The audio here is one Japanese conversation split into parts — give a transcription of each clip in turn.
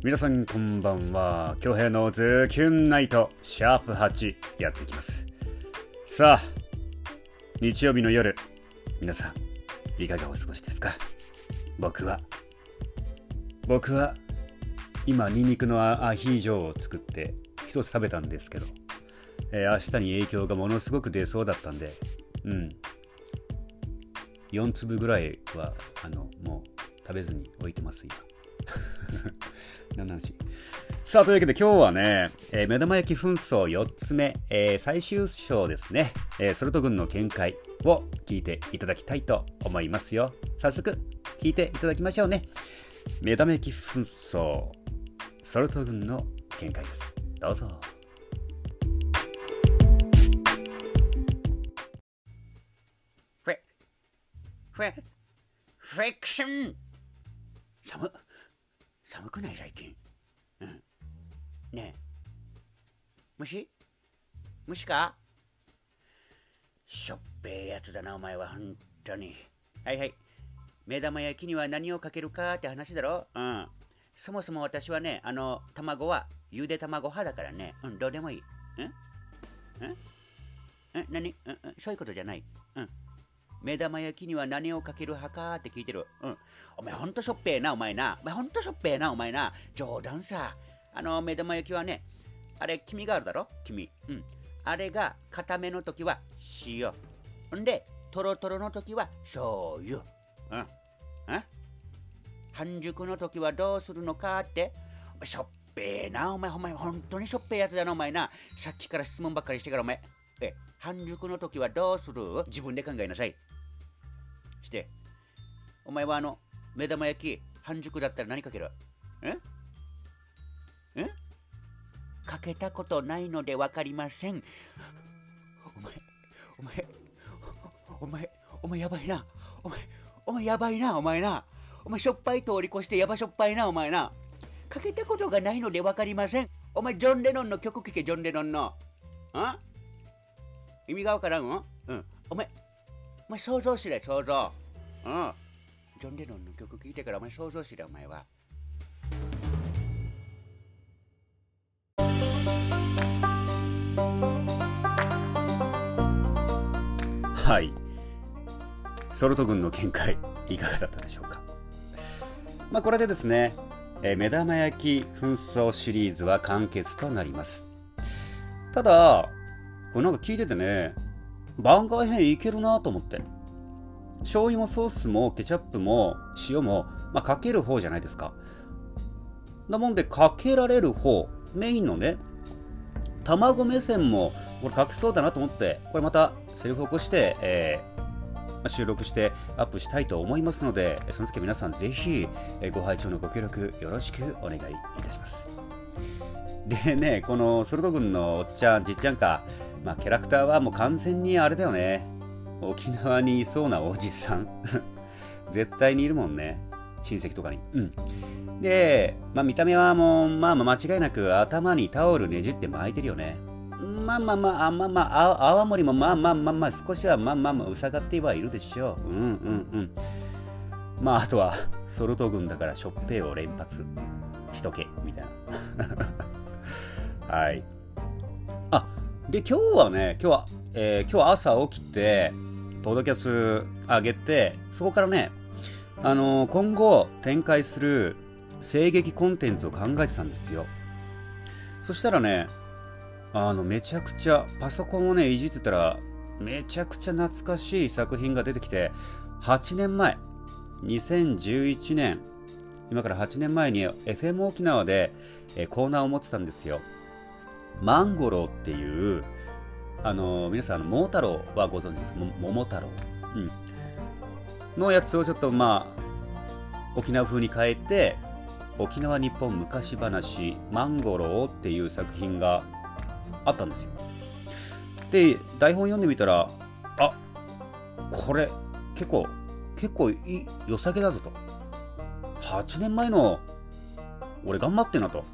皆さんこんばんは。恭平のズキュンナイトシャープ8やっていきます。さあ、日曜日の夜、皆さんいかがお過ごしですか？僕は今ニンニクのアヒージョを作って一つ食べたんですけど、明日に影響がものすごく出そうだったんで、4粒ぐらいはもう食べずに置いてます今。何の話？さあ、というわけで今日はね、目玉焼き紛争4つ目、最終章ですね、ソルト軍の見解を聞いていただきたいと思いますよ。早速聞いていただきましょうね。目玉焼き紛争ソルト軍の見解です。どうぞ。 フィクション。寒くない最近。ねえ、虫か？しょっぺえやつだなお前は本当に。はい、目玉焼きには何をかけるかって話だろ。そもそも私はね、卵はゆで卵派だからね。どうでもいい。何？そういうことじゃない。目玉焼きには何をかける派かって聞いてる。お前ほんとしょっぺえなお前な。冗談さ。目玉焼きはね、あれ黄身があるだろ、黄身。あれが固めの時は塩。んで、トロトロの時は醤油。半熟の時はどうするのかって。しょっぺえなお前、本当にしょっぺえやつだなお前な。さっきから質問ばっかりしてからお前。半熟の時はどうする？自分で考えなさい。して、お前は目玉焼き半熟だったら何かける？かけたことないのでわかりません。お前やばいな。お前やばいなお前な。お前しょっぱい通り越してやばしょっぱいなお前な。かけたことがないのでわかりません。お前ジョン・レノンの曲聴け、ジョン・レノンの。意味がわからん？お前想像しろよ、想像。ジョン・レノンの曲聴いてからお前想像しろよ、お前は。 はい。ソルト軍の見解いかがだったでしょうか。これでですね、目玉焼き紛争シリーズは完結となります。ただこれなんか聞いててね、番外編いけるなと思って。醤油もソースもケチャップも塩も、かける方じゃないですか。なもんでかけられる方、メインのね、卵目線もこれかけそうだなと思って、これまたセリフを起こして、収録してアップしたいと思いますので、その時は皆さんぜひご拝聴のご協力よろしくお願いいたします。でね、このソルト軍のおっちゃんじっちゃんか、キャラクターはもう完全にあれだよね。沖縄にいそうなおじさん絶対にいるもんね、親戚とかに。で、見た目はもう間違いなく頭にタオルねじって巻いてるよね。泡盛も少しはうさがってはいるでしょう。あとはソルト軍だからしょっぺーを連発しとけみたいな。はい。で今日は朝起きてポッドキャスト上げて、そこからね、今後展開する声劇コンテンツを考えてたんですよ。そしたらね、めちゃくちゃパソコンをねいじってたら、めちゃくちゃ懐かしい作品が出てきて、8年前2011年、今から8年前に FM 沖縄でコーナーを持ってたんですよ。マンゴローっていう、皆さん桃太郎はご存知ですか？桃太郎、のやつをちょっと沖縄風に変えて、沖縄日本昔話マンゴローっていう作品があったんですよ。で台本読んでみたら、これ結構良さげだぞと。8年前の俺頑張ってんなと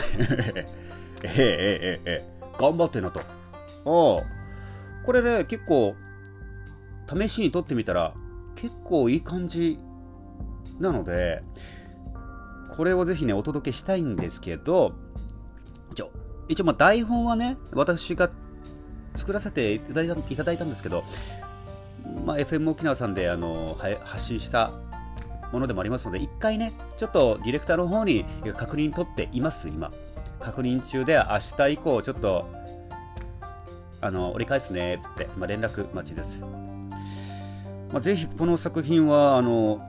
頑張ってんなと。これね、結構試しに撮ってみたら結構いい感じなので、 これをぜひね、お届けしたいんですけど、一応まあ台本はね、私が作らせていただいたんですけど、まあ、FM 沖縄さんで発信したものでもありますので、一回ね、ちょっとディレクターの方に確認取っています、今。確認中で、明日以降、ちょっと、折り返すね、つって、まあ、連絡待ちです。まあ、ぜひ、この作品は、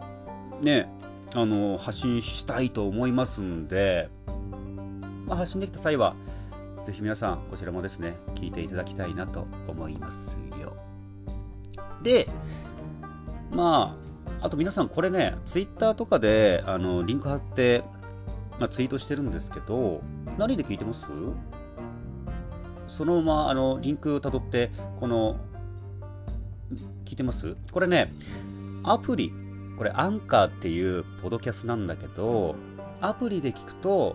発信したいと思いますんで、まあ、発信できた際は、ぜひ皆さん、こちらもですね、聞いていただきたいなと思いますよ。で、まあ、あと皆さん、これね、ツイッターとかでリンク貼って、まあ、ツイートしてるんですけど、何で聞いてます？そのままリンクをたどって、聞いてます？これね、アプリ、これアンカーっていうポッドキャストなんだけど、アプリで聞くと、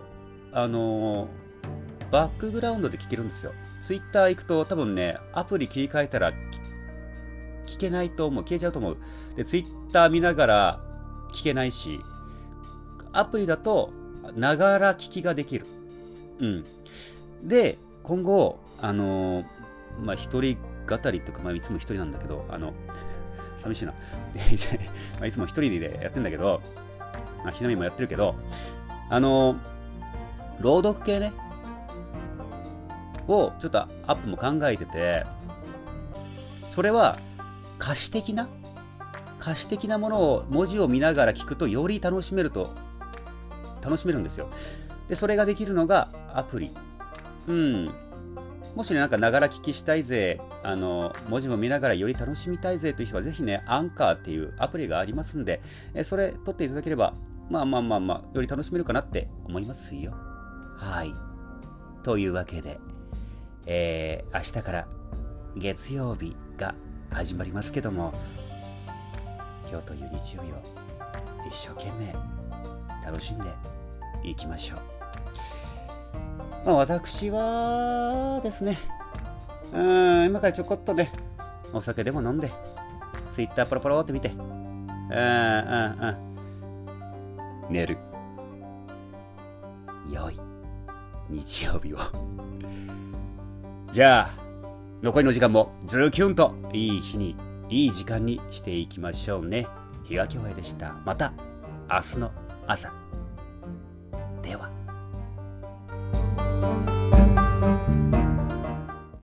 バックグラウンドで聞けるんですよ。ツイッター行くと多分ね、アプリ切り替えたら聞けないと思う。消えちゃうと思う。で、ツイッター見ながら聞けないし、アプリだと、ながら聞きができる。うん。で、今後、まあ、一人語りというか、まあ、いつも一人なんだけど、寂しいな。まあ、いつも一人でやってんだけど、まあ、ひなみもやってるけど、朗読系ね、をちょっとアップも考えてて、それは歌詞的なものを文字を見ながら聞くとより楽しめるんですよ。で、それができるのがアプリ。うん。もしね、なんかながら聞きしたいぜ、文字も見ながらより楽しみたいぜという人はぜひね、アンカーっていうアプリがありますんで、それ取っていただければ、まあ、より楽しめるかなって思いますよ。はい。というわけで、明日から月曜日が始まりますけども、今日という日曜日を一生懸命楽しんでいきましょう。まあ、私はですね、今からちょこっとね、お酒でも飲んで、ツイッターポロポロって見て、寝る。良い日曜日を。じゃあ、残りの時間もズーキュンといい日に、いい時間にしていきましょうね。比嘉恭平でした。また明日の朝。では。